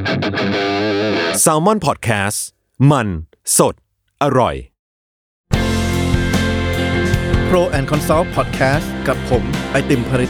Salmon Podcast มันสดอร่อย Pro and Consult Podcast กับผมไอติมภริษ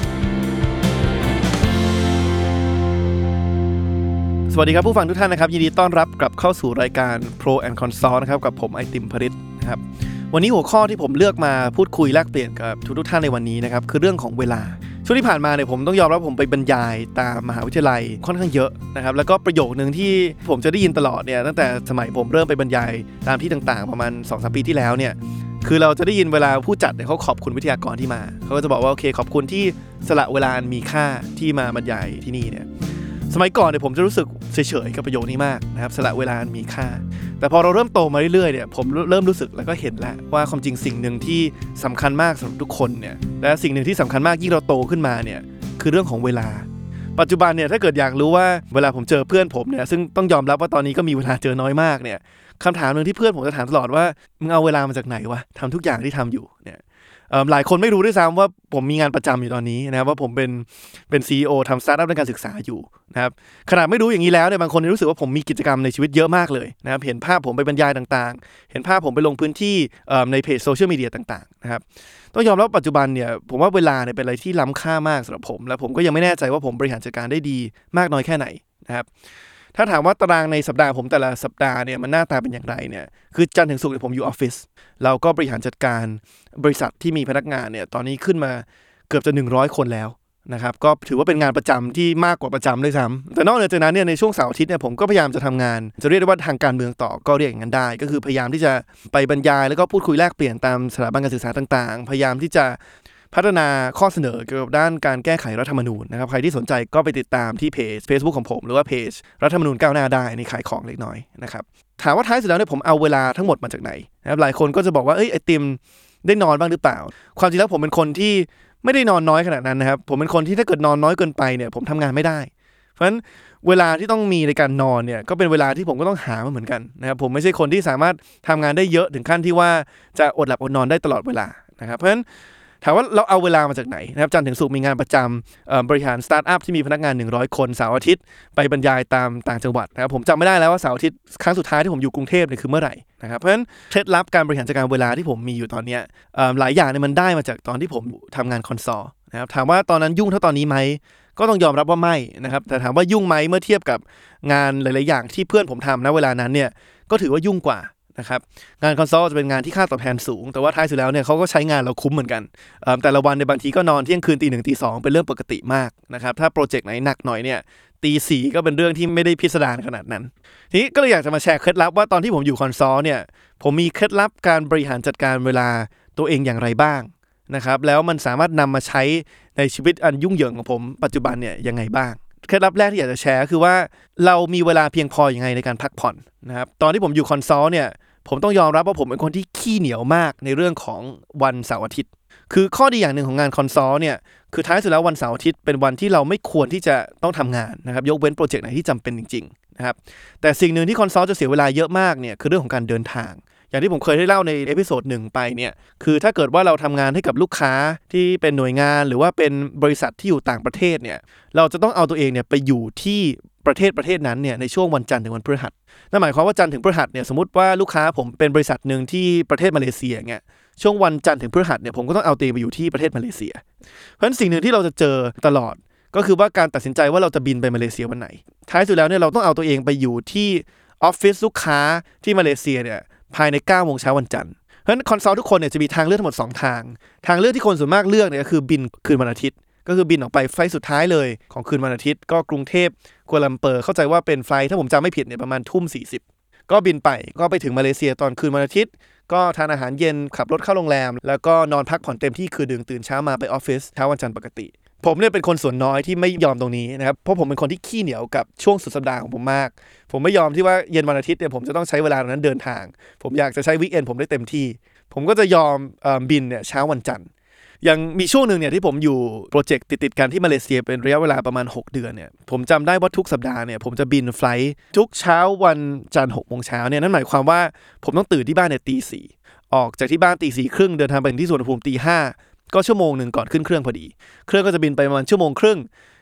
สวัสดีครับผู้ฟังทุกท่านนะครับยินดีต้อนรับกลับเข้าสู่รายการ Pro and Consult นะครับกับผมไอติมภริษนะครับวันนี้หัวข้อที่ผมเลือกมาพูดคุยแลกเปลี่ยนกับทุกท่านในวันนี้นะครับคือเรื่องของเวลาช่วงที่ผ่านมาเนี่ยผมต้องยอมรับผมไปบรรยายตามมหาวิทยาลัยค่อนข้างเยอะนะครับแล้วก็ประโยคนึงที่ผมจะได้ยินตลอดเนี่ยตั้งแต่สมัยผมเริ่มไปบรรยายตามที่ต่างๆประมาณ 2-3 ปีที่แล้วเนี่ยคือเราจะได้ยินเวลาผู้จัดเนี่ยเขาขอบคุณวิทยากรที่มาเขาก็จะบอกว่าโอเคขอบคุณที่สละเวลามีค่าที่มาบรรยายที่นี่เนี่ยสมัยก่อนเนี่ยผมจะรู้สึกเฉยๆกับประโยคนี้มากนะครับสละเวลามีค่าแต่พอเราเริ่มโตมาเรื่อยๆเนี่ยผมเริ่มรู้สึกแล้วก็เห็นแล้วว่าความจริงสิ่งหนึ่งที่สำคัญมากสำหรับทุกคนเนี่ยและสิ่งหนึ่งที่สำคัญมากยิ่งเราโตขึ้นมาเนี่ยคือเรื่องของเวลาปัจจุบันเนี่ยถ้าเกิดอยากรู้ว่าเวลาผมเจอเพื่อนผมเนี่ยซึ่งต้องยอมรับว่าตอนนี้ก็มีเวลาเจอน้อยมากเนี่ยคำถามนึงที่เพื่อนผมจะถามตลอดว่ามึงเอาเวลามาจากไหนวะทำทุกอย่างที่ทำอยู่เนี่ยหลายคนไม่รู้ด้วยซ้ำว่าผมมีงานประจำอยู่ตอนนี้นะครับว่าผมเป็น CEO ทำสตาร์ทอัพในการศึกษาอยู่นะครับขนาดไม่รู้อย่างนี้แล้วเนี่ยบางคนรู้สึกว่าผมมีกิจกรรมในชีวิตเยอะมากเลยนะครับเห็นภาพผมไปบรรยายต่างๆเห็นภาพผมไปลงพื้นที่ในเพจโซเชียลมีเดียต่างๆนะครับต้องยอมรับปัจจุบันเนี่ยผมว่าเวลาเนี่ยเป็นอะไรที่ล้ำค่ามากสำหรับผมและผมก็ยังไม่แน่ใจว่าผมบริหารจัดการได้ดีมากน้อยแค่ไหนนะครับถ้าถามว่าตารางในสัปดาห์ผมแต่ละสัปดาห์เนี่ยมันหน้าตาเป็นอย่างไรเนี่ยคือจันทร์ถึงศุกร์เนี่ยผมอยู่ออฟฟิศเราก็บริหารจัดการบริษัทที่มีพนักงานเนี่ยตอนนี้ขึ้นมาเกือบจะ100คนแล้วนะครับก็ถือว่าเป็นงานประจำที่มากกว่าประจำด้วยซ้ำแต่นอกจากนั้นเนี่ยในช่วงเสาร์อาทิตย์เนี่ยผมก็พยายามจะทำงานจะเรียกได้ว่าทางการเมืองต่อก็เรียกอย่างนั้นได้ก็คือพยายามที่จะไปบรรยายแล้วก็พูดคุยแลกเปลี่ยนตามสถาบันการศึกษาต่างๆพยายามที่จะพัฒนาข้อเสนอเกี่ยวกับด้านการแก้ไขรัฐธรรมนูญนะครับใครที่สนใจก็ไปติดตามที่เพจ Facebook ของผมหรือว่าเพจรัฐธรรมนูญก้าวหน้าได้ในขายของเล็กน้อยนะครับถามว่าท้ายสุดแล้วเนี่ยผมเอาเวลาทั้งหมดมาจากไหนนะครับหลายคนก็จะบอกว่าไอติมได้นอนบ้างหรือเปล่าความจริงแล้วผมเป็นคนที่ไม่ได้นอนน้อยขนาดนั้นนะครับผมเป็นคนที่ถ้าเกิดนอนน้อยเกินไปเนี่ยผมทำงานไม่ได้เพราะฉะนั้นเวลาที่ต้องมีในการนอนเนี่ยก็เป็นเวลาที่ผมก็ต้องหามาเหมือนกันนะครับผมไม่ใช่คนที่สามารถทำงานได้เยอะถึงขั้นที่ว่าจะอดหลับอดนอนได้ตลอดเวลานะครับเพราะฉะนั้นถามว่าเราเอาเวลามาจากไหนนะครับจันทร์ถึงศุกร์มีงานประจำบริหารสตาร์ทอัพที่มีพนักงาน100คนเสาร์อาทิตย์ไปบรรยายตามต่างจังหวัดนะครับผมจำไม่ได้แล้วว่าเสาร์อาทิตย์ครั้งสุดท้ายที่ผมอยู่กรุงเทพเนี่ยคือเมื่อไหร่นะครับเพราะฉะนั้นเคล็ดลับการบริหารจัดการเวลาที่ผมมีอยู่ตอนนี้หลายอย่างเนี่ยมันได้มาจากตอนที่ผมทำงานคอนซัลท์นะครับถามว่าตอนนั้นยุ่งเท่าตอนนี้ไหมก็ต้องยอมรับว่าไม่นะครับแต่ถามว่ายุ่งไหมเมื่อเทียบกับงานหลายๆอย่างที่เพื่อนผมทำณเวลานั้นเนี่ยก็ถือว่ายุ่งกว่านะครับงานคอนซัลท์จะเป็นงานที่ค่าตอบแทนสูงแต่ว่าท้ายสุดแล้วเนี่ยเขาก็ใช้งานเราคุ้มเหมือนกันแต่ละวันในบางทีก็นอนเที่ยงคืนตี 1 ตี 2เป็นเรื่องปกติมากนะครับถ้าโปรเจกต์ไหนหนักหน่อยเนี่ยตี 4ก็เป็นเรื่องที่ไม่ได้พิสดารขนาดนั้นทีนี้ก็เลยอยากจะมาแชร์เคล็ดลับว่าตอนที่ผมอยู่คอนซัลท์เนี่ยผมมีเคล็ดลับการบริหารจัดการเวลาตัวเองอย่างไรบ้างนะครับแล้วมันสามารถนำมาใช้ในชีวิตอันยุ่งเหยิงของผมปัจจุบันเนี่ยยังไงบ้างเคล็ดลับแรกที่อยากจะแชร์คือว่าเรามีเวลาเพียงพออย่างไรในการพักผ่อนนะครับตอนที่ผมอยู่คอนซัลท์เนี่ยผมต้องยอมรับว่าผมเป็นคนที่ขี้เหนียวมากในเรื่องของวันเสาร์อาทิตย์คือข้อดีอย่างหนึ่งของงานคอนซัลท์เนี่ยคือท้ายสุดแล้ววันเสาร์อาทิตย์เป็นวันที่เราไม่ควรที่จะต้องทำงานนะครับยกเว้นโปรเจกต์ไหนที่จำเป็นจริงๆนะครับแต่สิ่งหนึ่งที่คอนซัลท์จะเสียเวลาเยอะมากเนี่ยคือเรื่องของการเดินทางอย่างที่ผมเคยได้เล่าในเอพิโซด1ไปเนี่ยคือถ้าเกิดว่าเราทำงานให้กับลูกค้าที่เป็นหน่วยงานหรือว่าเป็นบริษัทที่อยู่ต่างประเทศเนี่ยเราจะต้องเอาตัวเองเนี่ยไปอยู่ที่ประเทศนั้นเนี่ยในช่วงวันจันทร์ถึงวันพฤหัสนั่นหมายความว่าจันทร์ถึงพฤหัสเนี่ยสมมติว่าลูกค้าผมเป็นบริษัทนึงที่ประเทศมาเลเซียเงี้ยช่วงวันจันทร์ถึงพฤหัสเนี่ยผมก็ต้องเอาตัวเองไปอยู่ที่ประเทศมาเลเซียเพราะฉะนั้นสิ่งหนึ่งที่เราจะเจอตลอดก็คือว่าการตัดสินใจว่าเราจะบินไปมาเลเซียวันไหนท้ายสุดแล้วเนี่ยเราต้องเอาตัวเองไปอยู่ที่ออฟฟิศลูกค้าที่มาเลเซียเนี่ยภายใน 9 โมงเช้าวันจันทร์เพราะฉะนั้นคอนซัลท์ทุกคนเนี่ยจะมีทางเลือกทั้งหมด2ทางเลือกที่คนส่วนมากเลือกเนี่ยก็คือบินคืนวันอาทิตย์ก็คือบินออกไปไฟล์สุดท้ายเลยของคืนวันอาทิตย์ก็กรุงเทพกัวลาลัมเปอร์เข้าใจว่าเป็นไฟล์ถ้าผมจำไม่ผิดเนี่ยประมาณ 20:40 ก็บินไปก็ไปถึงมาเลเซียตอนคืนวันอาทิตย์ก็ทานอาหารเย็นขับรถเข้าโรงแรมแล้วก็นอนพักผ่อนเต็มที่คือตื่นเช้ามาไปออฟฟิศเช้าวันจันทร์ปกติผมเนี่ยเป็นคนส่วนน้อยที่ไม่ยอมตรงนี้นะครับเพราะผมเป็นคนที่ขี้เหนียวกับช่วงสุดสัปดาห์ของผมมากผมไม่ยอมที่ว่าเย็นวันอาทิตย์เนี่ยผมจะต้องใช้เวลาตรงนั้นเดินทางผมอยากจะใช้วีคเอนด์ผมได้เต็มที่ผมก็จะยอมบินเนี่ยเช้าวันจันทร์ยังมีช่วงหนึ่งเนี่ยที่ผมอยู่โปรเจกต์ติดๆกันที่มาเลเซียเป็นระยะเวลาประมาณ6เดือนเนี่ยผมจำได้ว่าทุกสัปดาห์เนี่ยผมจะบินไฟลท์ทุกเช้าวันจันทร์ 6 โมงเช้าเนี่ยนั่นหมายความว่าผมต้องตื่นที่บ้านเนี่ยตี 4ออกจากที่บ้านตี 4 ครึ่งเดินทางไปที่สุวรรณภูมิตี 5ก็ชั่วโมงนึงก่อนขึ้นเครื่องพอดีเครื่องก็จะบินไปประมาณชั่วโมงครึ่ง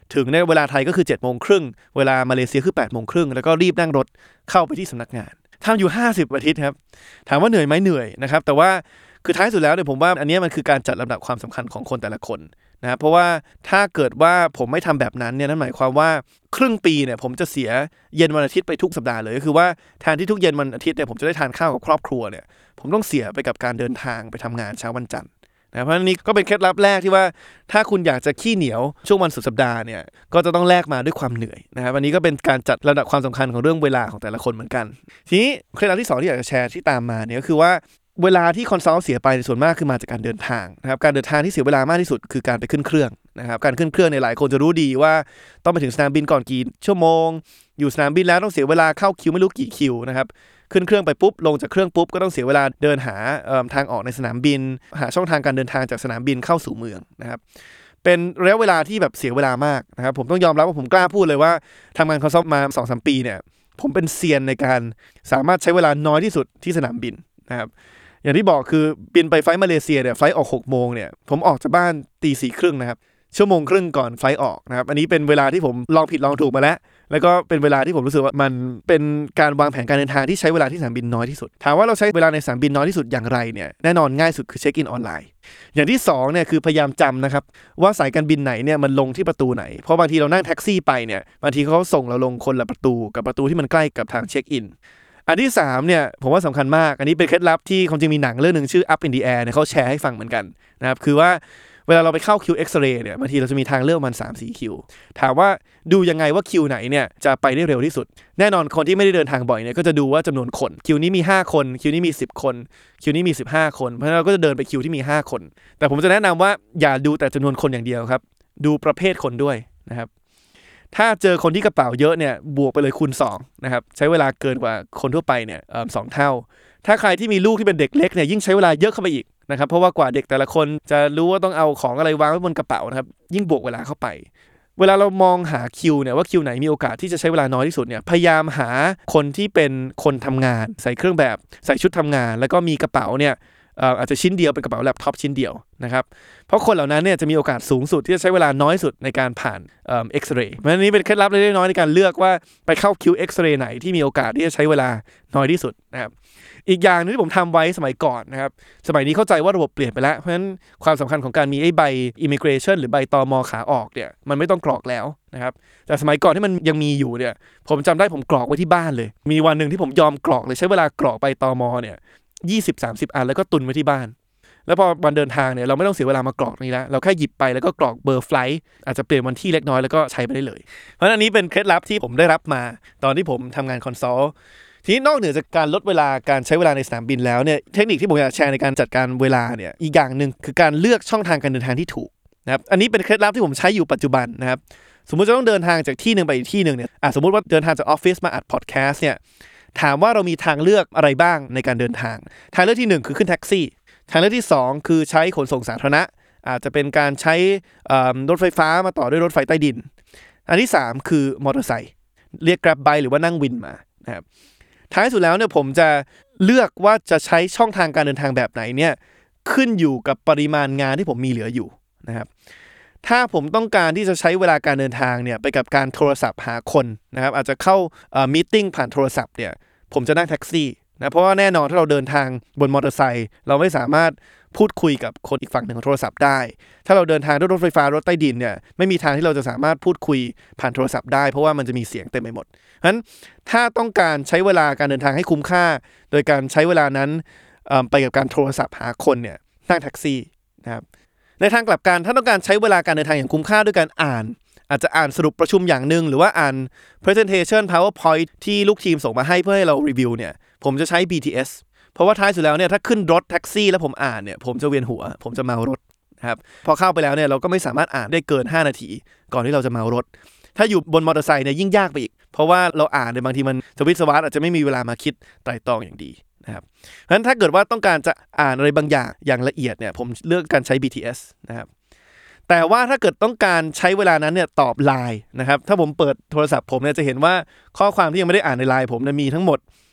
ถึงในเวลาไทยก็คือ7:30เวลามาเลเซียคือ8:30แล้วก็รีบนั่งรถเข้าไปที่สำนักงานทำอยู่50อาทิตย์ครับถามว่าเหนื่อยไหมเหนื่อยนะครับแต่ว่าคือท้ายสุดแล้วเนี่ยผมว่าอันนี้มันคือการจัดลำดับความสำคัญของคนแต่ละคนนะเพราะว่าถ้าเกิดว่าผมไม่ทำแบบนั้นเนี่ยนั่นหมายความว่าครึ่งปีเนี่ยผมจะเสียเย็นวันอาทิตย์ไปทุกสัปดาห์เลยก็คือว่าแทนที่ทุกเย็นวันอาทิตย์เนี่ยผมจะได้ทานข้าวกับครอบครัวเนี่ยผมต้องเสียไปกับการเดินทางไปทำงานเช้าวันจันทร์นะเพราะฉะนั้นนี่ก็เป็นเคล็ดลับแรกที่ว่าถ้าคุณอยากจะขี้เหนียวช่วงวันสุดสัปดาห์เนี่ยก็จะต้องแลกมาด้วยความเหนื่อยนะครับอันนี้ก็เป็นการจัดระดับความสำคัญของเรื่องเวลาของแต่ละคนเหมือนกันทีนี้เคล็ดลับที่2ที่อยากจะแชร์ที่ตามมาเนี่ยก็คือว่าเวลาที่คอนซัลท์เสียไปในส่วนมากคือมาจากการเดินทางนะครับการเดินทางที่เสียเวลามากที่สุดคือการไปขึ้นเครื่องนะครับการขึ้นเครื่องในหลายคนจะรู้ดีว่าต้องไปถึงสนามบินก่อนกี่ชั่วโมงอยู่สนามบินแล้วต้องเสียเวลาเข้าคิวไม่รู้กี่คิวนะครับขึ้นเครื่องไปปุ๊บลงจากเครื่องปุ๊บก็ต้องเสียเวลาเดินหาทางออกในสนามบินหาช่องทางการเดินทางจากสนามบินเข้าสู่เมืองนะครับเป็นระยะเวลาที่แบบเสียเวลามากนะครับผมต้องยอมรับว่าผมกล้าพูดเลยว่าทำงานคอนซัลท์มา 2-3 ปีเนี่ยผมเป็นเซียนในการสามารถใช้เวลาน้อยที่สุดที่สนามบินนะครับอย่างที่บอกคือบินไปไฟล์มาเลเซียเนี่ยไฟล์ออก 6 โมงเนี่ยผมออกจากบ้าน 4:30 นะครับชั่วโมงครึ่งก่อนไฟล์ออกนะครับอันนี้เป็นเวลาที่ผมลองผิดลองถูกมาแล้วก็เป็นเวลาที่ผมรู้สึกว่ามันเป็นการวางแผนการเดินทางที่ใช้เวลาที่สนามบินน้อยที่สุดถามว่าเราใช้เวลาในสนามบินน้อยที่สุดอย่างไรเนี่ยแน่นอนง่ายสุดคือเช็คอินออนไลน์อย่างที่2เนี่ยคือพยายามจำนะครับว่าสายการบินไหนเนี่ยมันลงที่ประตูไหนเพราะบางทีเรานั่งแท็กซี่ไปเนี่ยบางทีเขาส่งเราลงคนละประตูกับประตูที่มันใกล้กับทางเช็คอินอันที่3เนี่ยผมว่าสำคัญมากอันนี้เป็นเคล็ดลับที่ความจริงมีหนังเรื่องนึงชื่อ Up in the Air เนี่ยเขาแชร์ให้ฟังเหมือนกันนะครับคือว่าเวลาเราไปเข้าคิวเอ็กซเรย์เนี่ยบางทีเราจะมีทางเลือกมัน 3-4 คิวถามว่าดูยังไงว่าคิวไหนเนี่ยจะไปได้เร็วที่สุดแน่นอนคนที่ไม่ได้เดินทางบ่อยเนี่ยก็จะดูว่าจำนวนคนคิวนี้มี5คนคิวนี้มี10คนคิวนี้มี15คนเพราะฉะนั้นเราก็จะเดินไปคิวที่มี5คนแต่ผมจะแนะนำว่าอย่าดูแต่จำนวนคนอย่างเดียวครับดูประเภทคนด้วยนะครับถ้าเจอคนที่กระเป๋าเยอะเนี่ยบวกไปเลยคูณ2นะครับใช้เวลาเกินกว่าคนทั่วไปเนี่ย2 เท่าถ้าใครที่มีลูกที่เป็นเด็กเล็กเนี่ยยิ่งใช้เวลาเยอะเข้าไปอีกนะครับเพราะว่ากว่าเด็กแต่ละคนจะรู้ว่าต้องเอาของอะไรวางไว้บนกระเป๋านะครับยิ่งบวกเวลาเข้าไปเวลาเรามองหาคิวเนี่ยว่าคิวไหนมีโอกาสที่จะใช้เวลาน้อยที่สุดเนี่ยพยายามหาคนที่เป็นคนทำงานใส่เครื่องแบบใส่ชุดทำงานแล้วก็มีกระเป๋าเนี่ยอาจจะชิ้นเดียวเป็นกระเป๋าแล็ปท็อปชิ้นเดียวนะครับเพราะคนเหล่านั้นเนี่ยจะมีโอกาสสูงสุดที่จะใช้เวลาน้อยสุดในการผ่านเอ็กซเรย์เพราะฉะนั้นนี้เป็นเคล็ดลับเล็กๆน้อยๆในการเลือกว่าไปเข้าคิวเอ็กซเรย์ไหนที่มีโอกาสที่จะใช้เวลาน้อยที่สุดนะครับอีกอย่างนึงที่ผมทำไว้สมัยก่อนนะครับสมัยนี้เข้าใจว่าระบบเปลี่ยนไปแล้วเพราะฉะนั้นความสำคัญของการมีไอ้ใบ immigration หรือใบตม.ขาออกเนี่ยมันไม่ต้องกรอกแล้วนะครับแต่สมัยก่อนที่มันยังมีอยู่เนี่ยผมจำได้ผมกรอกไว้ที่บ้านเลยมีวันนึงที่ผมยอมกรอกเลยใช้เวลากรอกใบตม.เนี่ย20-30 อันแล้วก็ตุนไว้ที่บ้านแล้วพอวันเดินทางเนี่ยเราไม่ต้องเสียเวลามากรอกนี้แล้วเราแค่หยิบไปแล้วก็กรอกเบอร์ไฟล์อาจจะเปลี่ยนวันที่เล็กน้อยแล้วก็ใช้ไปได้เลยเพราะฉะนั้นอันนี้เป็นเคล็ดลับที่ผมได้รับมาตอนที่ผมทำงานคอนซัลท์ทีนี้นอกเหนือจากการลดเวลาการใช้เวลาในสนามบินแล้วเนี่ยเทคนิคที่ผมอยากแชร์ในการจัดการเวลาเนี่ยอีกอย่างนึงคือการเลือกช่องทางการเดินทางที่ถูกนะครับอันนี้เป็นเคล็ดลับที่ผมใช้อยู่ปัจจุบันนะครับสมมุติจะต้องเดินทางจากที่นึงไปอีกที่นึงเนี่ยสมมุติว่าเดินทางจากออฟฟิศมาอัดพอดแคสต์เนี่ยถามว่าเรามีทางเลือกอะไรบ้างในการเดินทางทางเลือกที่1คือขึ้นแท็กซี่ทางเลือกที่2คือใช้ขนส่งสาธารณะอาจจะเป็นการใช้รถไฟฟ้ามาต่อด้วยรถไฟใต้ดินอันที่3คือมอเตอร์ไซค์เรียก Grab Bike หรือว่านั่งวินมานะครับท้ายสุดแล้วเนี่ยผมจะเลือกว่าจะใช้ช่องทางการเดินทางแบบไหนเนี่ยขึ้นอยู่กับปริมาณงานที่ผมมีเหลืออยู่นะครับถ้าผมต้องการที่จะใช้เวลาการเดินทางเนี่ยไปกับการโทรศัพท์หาคนนะครับอาจจะเข้ามีตติ้งผ่านโทรศัพท์เนี่ยผมจะนั่งแท็กซี่นะเพราะว่าแน่นอนถ้าเราเดินทางบนมอเตอร์ไซค์เราไม่สามารถพูดคุยกับคนอีกฝั่งหนึ่งของโทรศัพท์ได้ถ้าเราเดินทางด้วยรถไฟฟ้ารถใต้ดินเนี่ยไม่มีทางที่เราจะสามารถพูดคุยผ่านโทรศัพท์ได้เพราะว่ามันจะมีเสียงเต็มไปหมดฉะนั้นถ้าต้องการใช้เวลาการเดินทางให้คุ้มค่าโดยการใช้เวลานั้นไปกับการโทรศัพท์หาคนเนี่ยนั่งแท็กซี่นะครับในทางกลับกันถ้าต้องการใช้เวลาการเดินทางอย่างคุ้มค่าด้วยการอาจจะอ่านสรุปประชุมอย่างนึงหรือว่าอ่าน presentation PowerPoint ที่ลูกทีมส่งมาให้เพื่อให้เรารีวิวเนี่ยผมจะใช้ BTS เพราะว่าท้ายสุดแล้วเนี่ยถ้าขึ้นรถแท็กซี่แล้วผมอ่านเนี่ยผมจะเวียนหัวผมจะเมารถนะครับพอเข้าไปแล้วเนี่ยเราก็ไม่สามารถอ่านได้เกิน5นาทีก่อนที่เราจะเมารถถ้าอยู่บนมอเตอร์ไซค์เนี่ยยิ่งยากไปอีกเพราะว่าเราอ่านในบางทีมันสวิตช์สวัสดิ์อาจจะไม่มีเวลามาคิดไตร่ตรองอย่างดีนะครับเพราะฉะนั้นถ้าเกิดว่าต้องการจะอ่านอะไรบางอย่างละเอียดเนี่ยผมเลือกการใช้ BTS นะครับแต่ว่าถ้าเกิดต้องการใช้เวลานั้นเนี่ยตอบไลน์นะครับถ้าผมเปิดโทรศัพท์ผมเนี่ยจะเห็นว่าข้อความที่ยังไม่ได้อ่านในไลน์ผมเนี่ยมีทั้งหมด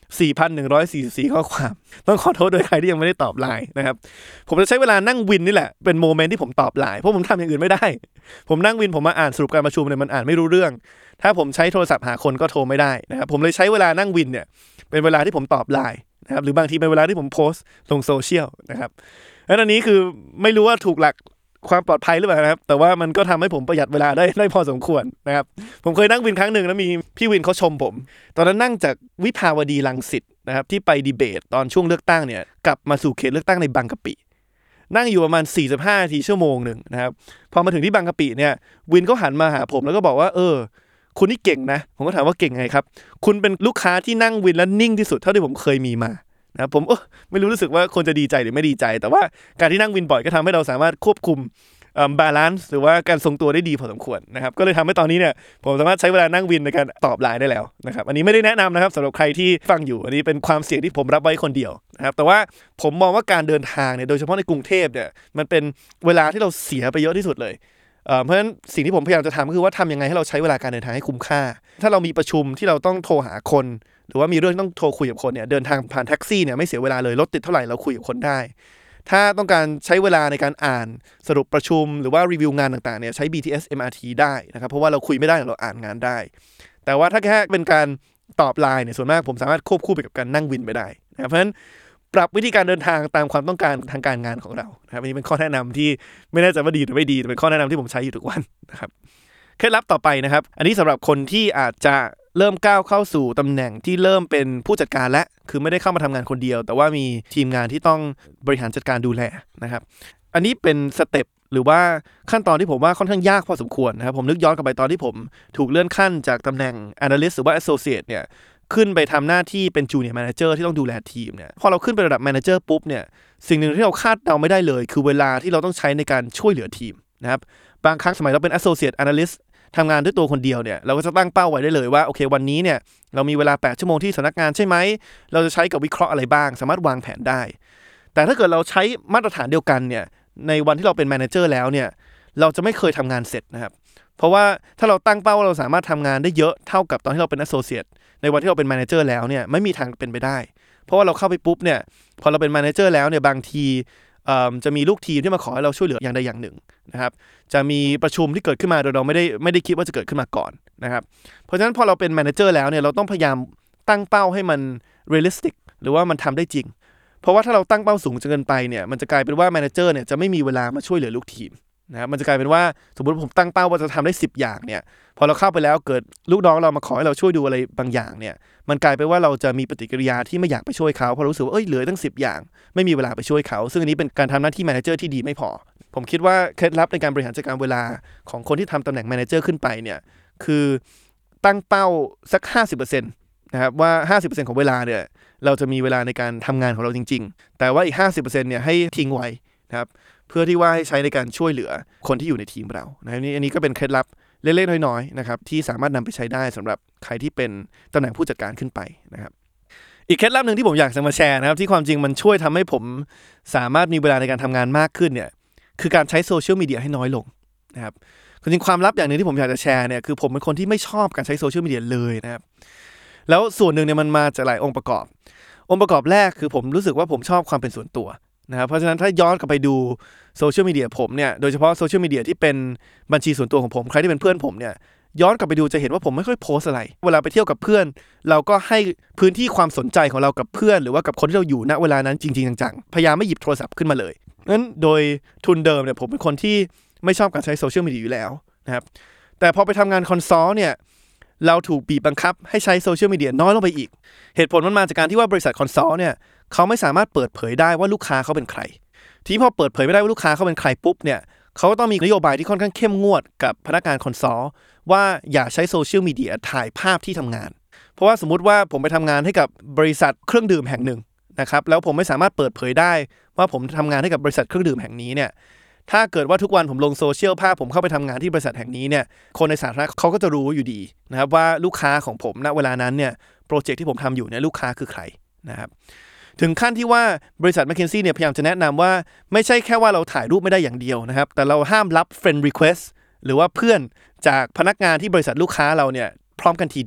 4,144 ข้อความต้องขอโทษโดยใครที่ยังไม่ได้ตอบไลน์นะครับผมจะใช้เวลานั่งวินนี่แหละเป็นโมเมนต์ที่ผมตอบไลน์เพราะผมทำอย่างอื่นไม่ได้ผมนั่งวินผมมาอ่านสรุปการประชุมเนี่ยมันอ่านไม่รู้เรื่องถ้าผมใช้โทรศัพท์หาคนก็โทรไม่ได้นะครับผมเลยใช้เวลานั่งวินเนี่ยเป็นเวลาที่ผมตอบไลน์นะครับหรือบางทีเป็นเวลาที่ผมโพสต์ลงโซเชียลนะครับแล้วอันนี้คือไม่รู้ว่าถูกหลักความปลอดภัยหรือเปล่านะครับแต่ว่ามันก็ทำให้ผมประหยัดเวลาได้พอสมควรนะครับผมเคยนั่งวินครั้งหนึ่งแล้วมีพี่วินเขาชมผมตอนนั้นนั่งจากวิภาวดีรังสิตนะครับที่ไปดีเบตตอนช่วงเลือกตั้งเนี่ยกลับมาสู่เขตเลือกตั้งในบางกะปินั่งอยู่ประมาณ45 นาทีชั่วโมงนึงนะครับพอมาถึงที่บางกะปิเนี่ยวินเขาหันมาหาผมแล้วก็บอกว่าคุณนี่เก่งนะผมก็ถามว่าเก่งไงครับคุณเป็นลูกค้าที่นั่งวินแล้วนิ่งที่สุดเท่าที่ผมเคยมีมานะผมไม่รู้สึกว่าคนจะดีใจหรือไม่ดีใจแต่ว่าการที่นั่งวินบ่อยก็ทำให้เราสามารถควบคุมบาลานซ์หรือว่าการทรงตัวได้ดีพอสมควรนะครับก็เลยทำให้ตอนนี้เนี่ยผมสามารถใช้เวลานั่งวินในการตอบไลน์ได้แล้วนะครับอันนี้ไม่ได้แนะนำนะครับสำหรับใครที่ฟังอยู่อันนี้เป็นความเสี่ยงที่ผมรับไว้คนเดียวนะครับแต่ว่าผมมองว่าการเดินทางเนี่ยโดยเฉพาะในกรุงเทพเนี่ยมันเป็นเวลาที่เราเสียไปเยอะที่สุดเลยเพราะฉะนั้นสิ่งที่ผมพยายามจะทำก็คือว่าทำยังไงให้เราใช้เวลาการเดินทางให้คุ้มค่าถ้าเรามีประชุมที่เราต้องโทรหาคนหรือว่ามีเรื่องต้องโทรคุยกับคนเนี่ยเดินทางผ่านแท็กซี่เนี่ยไม่เสียเวลาเลยรถติดเท่าไหร่เราคุยกับคนได้ถ้าต้องการใช้เวลาในการอ่านสรุปประชุมหรือว่ารีวิวงานต่างๆเนี่ยใช้ BTS MRT ได้นะครับเพราะว่าเราคุยไม่ได้เราอ่านงานได้แต่ว่าถ้าแค่เป็นการตอบไลน์เนี่ยส่วนมากผมสามารถควบคู่ไปกับการนั่งวินไปได้นะครับเพราะฉะนั้นปรับวิธีการเดินทางตามความต้องการทางการงานของเรานะครับอันนี้เป็นข้อแนะนำที่ไม่แน่ใจว่าดีหรือไม่ดีแต่เป็นข้อแนะนำที่ผมใช้อยู่ทุกวันนะครับเคล็ดลับต่อไปนะครับอันนี้สำหรับคนที่อาจจะเริ่มก้าวเข้าสู่ตำแหน่งที่เริ่มเป็นผู้จัดการและคือไม่ได้เข้ามาทำงานคนเดียวแต่ว่ามีทีมงานที่ต้องบริหารจัดการดูแลนะครับอันนี้เป็นสเต็ปหรือว่าขั้นตอนที่ผมว่าค่อนข้างยากพอสมควรนะครับผมนึกย้อนกลับไปตอนที่ผมถูกเลื่อนขั้นจากตำแหน่ง Analyst หรือว่า Associate เนี่ยขึ้นไปทำหน้าที่เป็น Junior Manager ที่ต้องดูแลทีมเนี่ยพอเราขึ้นไประดับ Manager ปุ๊บเนี่ยสิ่งหนึ่งที่เราคาดเดาไม่ได้เลยคือเวลาที่เราต้องใช้ในการช่วยเหลือทีมนะครับบางครั้งสมัยเราเป็น Associate Analystทำงานด้วยตัวคนเดียวเนี่ยเราก็จะตั้งเป้าไว้ได้เลยว่าโอเควันนี้เนี่ยเรามีเวลา8ชั่วโมงที่สำนักงานใช่ไหมเราจะใช้กับวิเคราะห์อะไรบ้างสามารถวางแผนได้แต่ถ้าเกิดเราใช้มาตรฐานเดียวกันเนี่ยในวันที่เราเป็นแมเนเจอร์แล้วเนี่ยเราจะไม่เคยทำงานเสร็จนะครับเพราะว่าถ้าเราตั้งเป้าว่าเราสามารถทำงานได้เยอะเท่ากับตอนที่เราเป็นแอสโซเชียตในวันที่เราเป็นแมเนเจอร์แล้วเนี่ยไม่มีทางเป็นไปได้เพราะว่าเราเข้าไปปุ๊บเนี่ยพอเราเป็นแมเนเจอร์แล้วเนี่ยบางทีจะมีลูกทีมที่มาขอให้เราช่วยเหลืออย่างใดอย่างหนึ่งนะครับจะมีประชุมที่เกิดขึ้นมาโดยเราไม่ได้คิดว่าจะเกิดขึ้นมาก่อนนะครับเพราะฉะนั้นพอเราเป็นแมเนเจอร์แล้วเนี่ยเราต้องพยายามตั้งเป้าให้มันเรียลลิสติกหรือว่ามันทำได้จริงเพราะว่าถ้าเราตั้งเป้าสูงจนเกินไปเนี่ยมันจะกลายเป็นว่าแมเนเจอร์เนี่ยจะไม่มีเวลามาช่วยเหลือลูกทีมนะครับมันจะกลายเป็นว่าสมมติผมตั้งเป้าว่าจะทำได้10อย่างเนี่ยพอเราเข้าไปแล้วเกิดลูกน้องเรามาขอให้เราช่วยดูอะไรบางอย่างเนี่ยมันกลายเป็นว่าเราจะมีปฏิกิริยาที่ไม่อยากไปช่วยเขาเพราะรู้สึกว่าเหลือตั้ง10อย่างไม่มีเวลาไปช่วยเขาซึ่งอันนี้เป็นการทำหน้าที่แมเนเจอร์ที่ดีไม่พอผมคิดว่าเคล็ดลับในการบริหารจัดการเวลาของคนที่ทำตำแหน่งแมเนเจอร์ขึ้นไปเนี่ยคือตั้งเป้าสัก 50% นะครับว่า 50% ของเวลาเนี่ยเราจะมีเวลาในการทำงานของเราจริงๆแต่ว่าอีก 50% เนี่ยให้ทิ้งไว้นะครับเพื่อที่ว่าให้ใช้ในการช่วยเหลือคนที่อยู่ในทีมเรานะอันนี้ก็เป็นเคล็ดลับเล็กๆน้อยๆนะครับที่สามารถนำไปใช้ได้สำหรับใครที่เป็นตำแหน่งผู้จัดการขึ้นไปนะครับอีกเคล็ดลับนึงที่ผมอยากจะมาแชร์นะครับที่ความจริงมันช่วยทำให้ผมสามารถมีเวลาในการทำงานมากขึ้นเนี่ยคือการใช้โซเชียลมีเดียให้น้อยลงนะครับจริงความลับอย่างนึงที่ผมอยากจะแชร์เนี่ยคือผมเป็นคนที่ไม่ชอบการใช้โซเชียลมีเดียเลยนะครับแล้วส่วนหนึ่งเนี่ยมันมาจากหลายองค์ประกอบแรกคือผมรู้สึกว่าผมชอบความเป็นส่วนตัวนะครับเพราะฉะนั้นถ้าย้อนกลับไปดูโซเชียลมีเดียผมเนี่ยโดยเฉพาะโซเชียลมีเดียที่เป็นบัญชีส่วนตัวของผมใครที่เป็นเพื่อนผมเนี่ยย้อนกลับไปดูจะเห็นว่าผมไม่ค่อยโพสอะไรเวลาไปเที่ยวกับเพื่อนเราก็ให้พื้นที่ความสนใจของเรากับเพื่อนหรือว่ากับคนที่เราอยู่ณเวลานั้นจริงๆจังๆพยายามไม่หยิบโทรศัพท์ขึ้นมาเลยงั้นโดยทุนเดิมเนี่ยผมเป็นคนที่ไม่ชอบการใช้โซเชียลมีเดียอยู่แล้วนะครับแต่พอไปทำงานคอนซัลท์เนี่ยเราถูกบีบบังคับให้ใช้โซเชียลมีเดียน้อยลงไปอีกเหตุผลมันมาจากการที่ว่าบริษัทคอนซัลท์เนี่ยเขาไม่สามารถเปิดเผยได้ว่าลูกค้าเขาเป็นใครที่พอเปิดเผยไม่ได้ว่าลูกค้าเขาเป็นใครปุ๊บเนี่ยเขาก็ต้องมีนโยบายที่ค่อนข้างเข้มงวดกับพนักงานคอนซัลท์ว่าอย่าใช้โซเชียลมีเดียถ่ายภาพที่ทำงานเพราะว่าสมมุติว่าผมไปทำงานให้กับบริษัทเครื่องดื่มแห่งหนึ่งนะครับแล้วผมไม่สามารถเปิดเผยได้ว่าผมทำงานให้กับบริษัทเครื่องดื่มแห่งนี้เนี่ยถ้าเกิดว่าทุกวันผมลงโซเชียลภาพผมเข้าไปทำงานที่บริษัทแห่งนี้เนี่ยคนในสาธารณะเขาก็จะรู้อยู่ดีนะครับว่าลูกค้าของผมณเวลานั้นเนี่ยโปรเจกต์ที่ผมทำอยู่เนี่ยลูกค้าคือใครนะครับถึงขั้นที่ว่าบริษัท McKinsey เนี่ยพยายามจะแนะนำว่าไม่ใช่แค่ว่าเราถ่ายรูปไม่ได้อย่างเดียวนะครับแต่เราห้ามรับ friend request หรือว่าเพื่อนจากพนักงานที่บริษัทลูกค้าเราเนี่ยพร้อมกันทีเดียว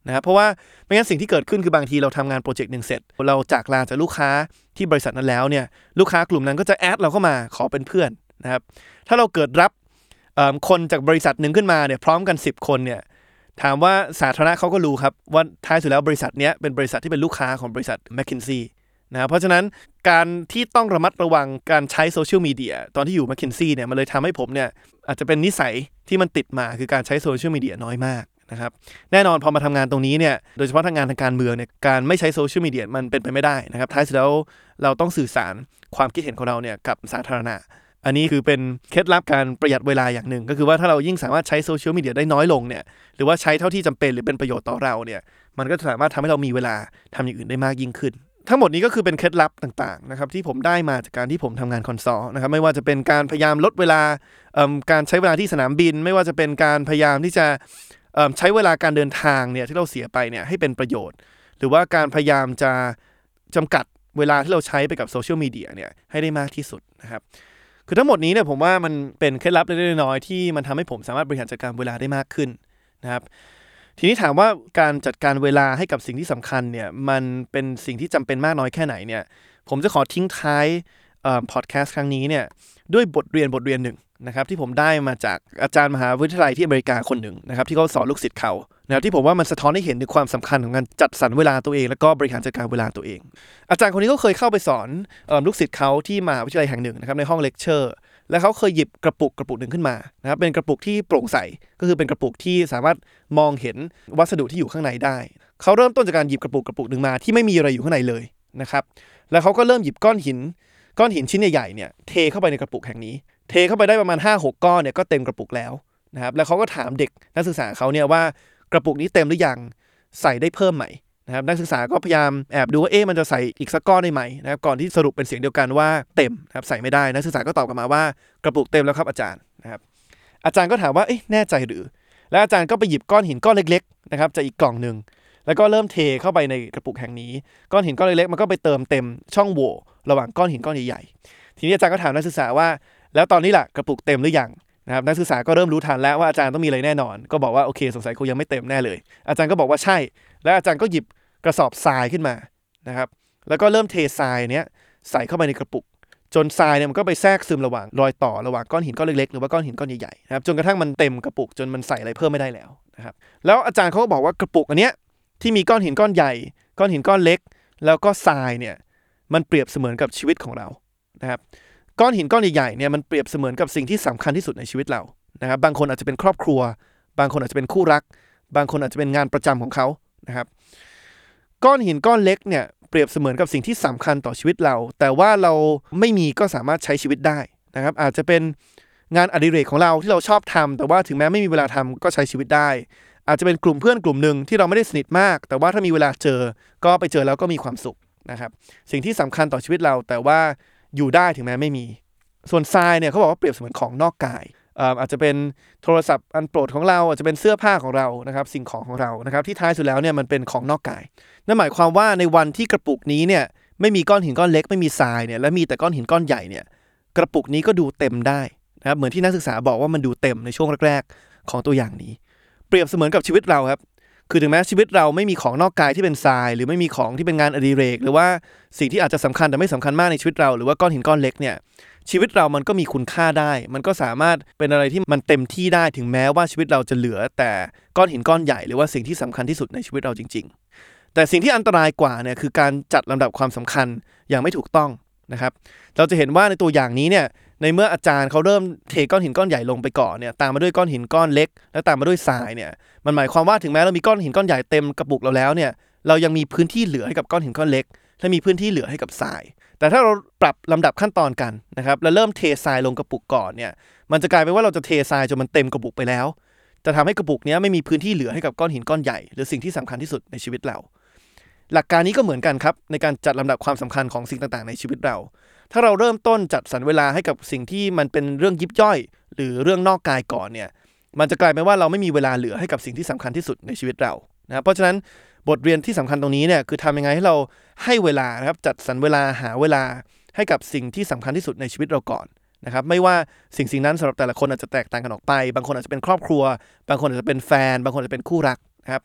นะครับเพราะว่าไม่งั้นสิ่งที่เกิดขึ้นคือบางทีเราทำงานโปรเจกต์นึงเสร็จเราจากลาจากลูกค้าที่บริษัทนั้นแล้วเนี่ยลูกค้ากลุ่มนั้นก็จะแอดเราเข้ามาขอเป็นเพื่อนนะครับถ้าเราเกิดรับคนจากบริษัทนึงขึ้นมาเนี่ยพร้อมกัน10คนเนี่ยถามว่าสาธารณะเขาก็รู้ครับว่าท้ายสุดแล้วบริษัทเนี้ยเป็นบริษัทที่เป็นลูกค้าของบริษัท McKinsey นะเพราะฉะนั้นการที่ต้องระมัดระวังการใช้โซเชียลมีเดียตอนที่อยู่ McKinsey เนี่ยมันเลยทำให้ผมเนี่ยอาจจะเป็นนิสัยที่มันติดมาคือการใช้โซเชียลมีเดียน้อยมากนะครับแน่นอนพอมาทำงานตรงนี้เนี่ยโดยเฉพาะทางงานทางการเมืองเนี่ยการไม่ใช้โซเชียลมีเดียมันเป็นไปไม่ได้นะครับท้ายสุดแล้วเราต้องสื่อสารความคิดเห็นของเราเนี่ยกับสาธารณะอันนี้คือเป็นเคล็ดลับการประหยัดเวลาอย่างหนึ่งก็คือว่าถ้าเรายิ่งสามารถใช้โซเชียลมีเดียได้น้อยลงเนี่ยหรือว่าใช้เท่าที่จำเป็นหรือเป็นประโยชน์ต่อเราเนี่ยมันก็สามารถทำให้เรามีเวลาทำอย่างอื่นได้มากยิ่งขึ้นทั้งหมดนี้ก็คือเป็นเคล็ดลับต่างๆนะครับที่ผมได้มาจากการที่ผมทำงานคอนซัลท์นะครับไม่ว่าจะเป็นการพยายามลดเวลาการใช้เวลาที่สนามบินไม่ว่าจะเป็นการพยายามที่จะใช้เวลาการเดินทางเนี่ยที่เราเสียไปเนี่ยให้เป็นประโยชน์หรือว่าการพยายามจะจำกัดเวลาที่เราใช้ไปกับโซเชียลมีเดียเนี่ยให้ได้มากที่สุดนะครับคือทั้งหมดนี้เนี่ยผมว่ามันเป็นเคล็ดลับเล็กๆน้อยๆที่มันทำให้ผมสามารถบริหารจัดการเวลาได้มากขึ้นนะครับทีนี้ถามว่าการจัดการเวลาให้กับสิ่งที่สำคัญเนี่ยมันเป็นสิ่งที่จำเป็นมากน้อยแค่ไหนเนี่ยผมจะขอทิ้งท้ายพอดแคสต์ครั้งนี้เนี่ยด้วยบทเรียนหนึ่งนะครับที่ผมได้มาจากอาจารย์มหาวิทยาลัยที่อเมริกาคนหนึ่งนะครับที่เขาสอนลูกศิษย์เขานะครับที่ผมว่ามันสะท้อนให้เห็นถึงความสำคัญของการจัดสรรเวลาตัวเองแล้วก็บริหารจัดการเวลาตัวเองอาจารย์คนนี้ก็เคยเข้าไปสอนลูกศิษย์เขาที่มหาวิทยาลัยแห่งหนึ่งนะครับในห้องเลคเชอร์แล้วเขาเคยหยิบกระปุกหนึ่งขึ้นมานะครับเป็นกระปุกที่โปร่งใสก็คือเป็นกระปุกที่สามารถมองเห็นวัสดุที่อยู่ข้างในได้เขาเริ่มต้นจากการหยิบกระปุกหนึ่งมาที่ไม่มีอะไรอยู่ข้างในเลยนะครับแล้วเขาก็เริ่มหยิบก้อนหินชิ้นใหญ่ๆเนี่ยเทเข้าไปในกระปุกแห่งนี้เทเข้าไปได้ประมาณ 5-6 ก้อนเนี่ยก็เต็มกระปุกแล้วนะครับแล้วเขาก็ถามเด็กนักศึกษาเขาเนี่ยว่ากระปุกนี้เต็มหรือยังใส่ได้เพิ่มไหมนะครับนักศึกษาก็พยายามแอบดูว่ามันจะใส่อีกสักก้อนได้ไหมนะครับก่อนที่สรุปเป็นเสียงเดียวกันว่าเต็มนะครับใส่ไม่ได้นักศึกษาก็ตอบกลับมาว่ากระปุกเต็มแล้วครับอาจารย์นะครับอาจารย์ก็ถามว่าแน่ใจหรือแล้วอาจารย์ก็ไปหยิบก้อนหินก้อนเล็กๆนะครับจากอีกกล่องนึงแล้วก็เริ่มเทเข้าไปในกระปุกแห่งนี้ก้อนหินก้อนเล็กๆมันก็ไปเติมเต็มช่องโหว่ระหว่างก้อนหินก้อนใหญ่ๆทีนี้อาจารย์ก็ถามนักศึกษาว่าแล้วตอนนี้ล่ะกระปุกเต็มหรือยังนะครับนักศึกษาก็เริ่มรู้ทันแล้วว่าอาจารย์ต้องมีอะไรแน่นอนก็บอกว่าโอเคสงสัยคงยังไม่เต็มแน่เลยอาจารย์ก็บอกว่าใช่แล้วอาจารย์ก็หยิบกระสอบทรายขึ้นมานะครับแล้วก็เริ่มเททรายเนี้ยใส่เข้าไปในกระปุกจนทรายเนี่ยมันก็ไปแทรกซึมระหว่างรอยต่อระหว่างก้อนหินก้อนเล็กๆหรือว่าก้อนหินก้อนใหญ่ๆนะครับจนกระทั่งมันเต็มกระปุกจนมันใส่อะไรเพิ่มไม่ได้แล้วนะครับแล้วอาจารย์เขาก็บอกว่ากระปุกอันเนี้ยที่มีก้อนหินก้อนใหญ่ก้อนหินก้อนเล็กแล้วก็ทรายเนี่ยมันเปรียบเสมือนกับชีวิตของเรานะครับก้อนหินก้อนใหญ่ๆเนี่ยมันเปรียบเสมือนกับสิ่งที่สำคัญที่สุดในชีวิตเรานะครับบางคนอาจจะเป็นครอบครัวบางคนอาจจะเป็นคู่รักบางคนอาจจะเป็นงานประจำของเขานะครับก้อนหินก้อนเล็กเนี่ยเปรียบเสมือนกับสิ่งที่สำคัญต่อชีวิตเราแต่ว่าเราไม่มีก็สามารถใช้ชีวิตได้นะครับอาจจะเป็นงานอดิเรกของเราที่เราชอบทำแต่ว่าถึงแม้ไม่มีเวลาทำก็ใช้ชีวิตได้อาจจะเป็นกลุ่มเพื่อนกลุ่มหนึ่งที่เราไม่ได้สนิทมากแต่ว่าถ้ามีเวลาเจอก็ไปเจอแล้วก็มีความสุขนะครับสิ่งที่สำคัญต่อชีวิตเราแต่ว่าอยู่ได้ถึงแม้ไม่มีส่วนทรายเนี่ยเขาบอกว่าเปรียบเสมือนของนอกกายอาจจะเป็นโทรศัพท์อันโปรดของเราอาจจะเป็นเสื้อผ้าของเรานะครับสิ่งของเรานะครับที่ท้ายสุดแล้วเนี่ยมันเป็นของนอกกายนั่นหมายความว่าในวันที่กระปุกนี้เนี่ยไม่มีก้อนหินก้อนเล็กไม่มีทรายเนี่ยและมีแต่ก้อนหินก้อนใหญ่เนี่ยกระปุกนี้ก็ดูเต็มได้นะครับเหมือนที่นักศึกษาบอกว่ามันดูเต็มในช่วงแรกๆของตัวอย่างนี้เปรียบเสมือนกับชีวิตเราครับคือถึงแม้ชีวิตเราไม่มีของนอกกายที่เป็นทรายหรือไม่มีของที่เป็นงานอดิเรกหรือว่าสิ่งที่อาจจะสำคัญแต่ไม่สำคัญมากในชีวิตเราหรือว่าก้อนหินก้อนเล็กเนี่ยชีวิตเรามันก็มีคุณค่าได้มันก็สามารถเป็นอะไรที่มันเต็มที่ได้ถึงแม้ว่าชีวิตเราจะเหลือแต่ก้อนหินก้อนใหญ่หรือว่าสิ่งที่สำคัญที่สุดในชีวิตเราจริงๆแต่สิ่งที่อันตรายกว่าเนี่ยคือการจัดลำดับความสำคัญอย่างไม่ถูกต้องนะครับเราจะเห็นว่าในตัวอย่างนี้เนี่ยในเมื่ออาจารย์เขาเริ่มเทก้อนหินก้อนใหญ่ลงไปก่อนเนี่ยตามมาด้วยก้อนหินก้อนเล็กแล้วตามมาด้วยทรายเนี่ยมันหมายความว่าถึงแม้เรามีก้อนหินก้อนใหญ่เต็มกระปุกเราแล้วเนี่ยเรายังมีพื้นที่เหลือให้กับก้อนหินก้อนเล็กและมีพื้นที่เหลือให้กับทรายแต่ถ้าเราปรับลำดับขั้นตอนกันนะครับแล้วเริ่มเททรายลงกระปุกก่อนเนี่ยมันจะกลายเป็นว่าเราจะเททรายจนมันเต็มกระปุกไปแล้วจะทำให้กระปุกนี้ไม่มีพื้นที่เหลือให้กับก้อนหินก้อนใหญ่หรือสิ่งที่สำคัญที่สุดในชีวิตเราหลักการนี้ก็เหมือนกันครับในการจัดลำดับความสำคัญของสิ่งต่างๆในชีวิตเราถ้าเราเริ่มต้นจัดสรรเวลาให้กับสิ่งที่มันเป็นเรื่องยิบย่อยหรือเรื่องนอกกายก่อนเนี่ยมันจะกลายเป็นว่าเราไม่มีเวลาเหลือให้กับสิ่งที่สำคัญที่สุดในชีวิตเรานะเพราะฉะนั้นบทเรียนที่สำคัญตรงนี้เนี่ยคือทำยังไงให้เราให้เวลานะครับจัดสรรเวลาหาเวลาให้กับสิ่งที่สำคัญที่สุดในชีวิตเราก่อนนะครับไม่ว่าสิ่งนั้นสำหรับแต่ละคนอาจจะแตกต่างกันออกไปบางคนอาจจะเป็นครอบครัวบางคนอาจจะเป็นแฟนบางคนอาจจะเป็นคู่รักนะครับ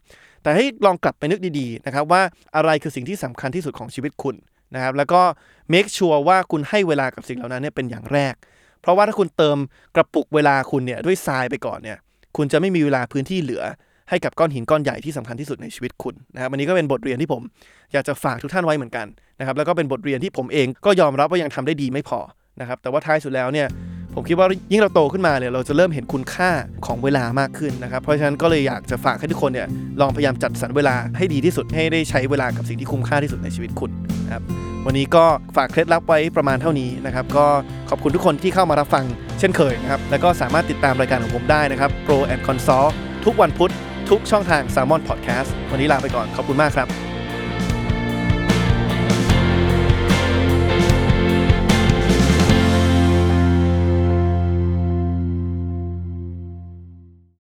แต่ให้ลองกลับไปนึกดีๆนะครับว่าอะไรคือสิ่งที่สำคัญที่สุดของชีวิตคุณนะครับแล้วก็ make sure ว่าคุณให้เวลากับสิ่งเหล่านั้นเนี่ยเป็นอย่างแรกเพราะว่าถ้าคุณเติมกระปุกเวลาคุณเนี่ยด้วยทรายไปก่อนเนี่ยคุณจะไม่มีเวลาพื้นที่เหลือให้กับก้อนหินก้อนใหญ่ที่สำคัญที่สุดในชีวิตคุณนะครับอันนี้ก็เป็นบทเรียนที่ผมอยากจะฝากทุกท่านไว้เหมือนกันนะครับแล้วก็เป็นบทเรียนที่ผมเองก็ยอมรับว่ายังทำได้ดีไม่พอนะครับแต่ว่าท้ายสุดแล้วเนี่ยผมคิดว่ายิ่งเราโตขึ้นมาเนี่ยเราจะเริ่มเห็นคุณค่าของเวลามากขึ้นนะครับเพราะฉะนั้นก็เลยอยากจะฝากให้ทุกคนเนี่ยลองพยายามจัดสรรเวลาให้ดีที่สุดให้ได้ใช้เวลากับสิ่งที่คุ้มค่าที่สุดในชีวิตคุณนะครับวันนี้ก็ฝากเคล็ดลับไว้ประมาณเท่านี้นะครับก็ขอบคุณทุกคนที่เข้ามารับฟังเช่นเคยนะครับแล้วก็สามารถติดตามรายการของผมได้นะครับ Pro and Consult ทุกวันพุธทุกช่องทาง Salmon Podcast วันนี้ลาไปก่อนขอบคุณมากครับ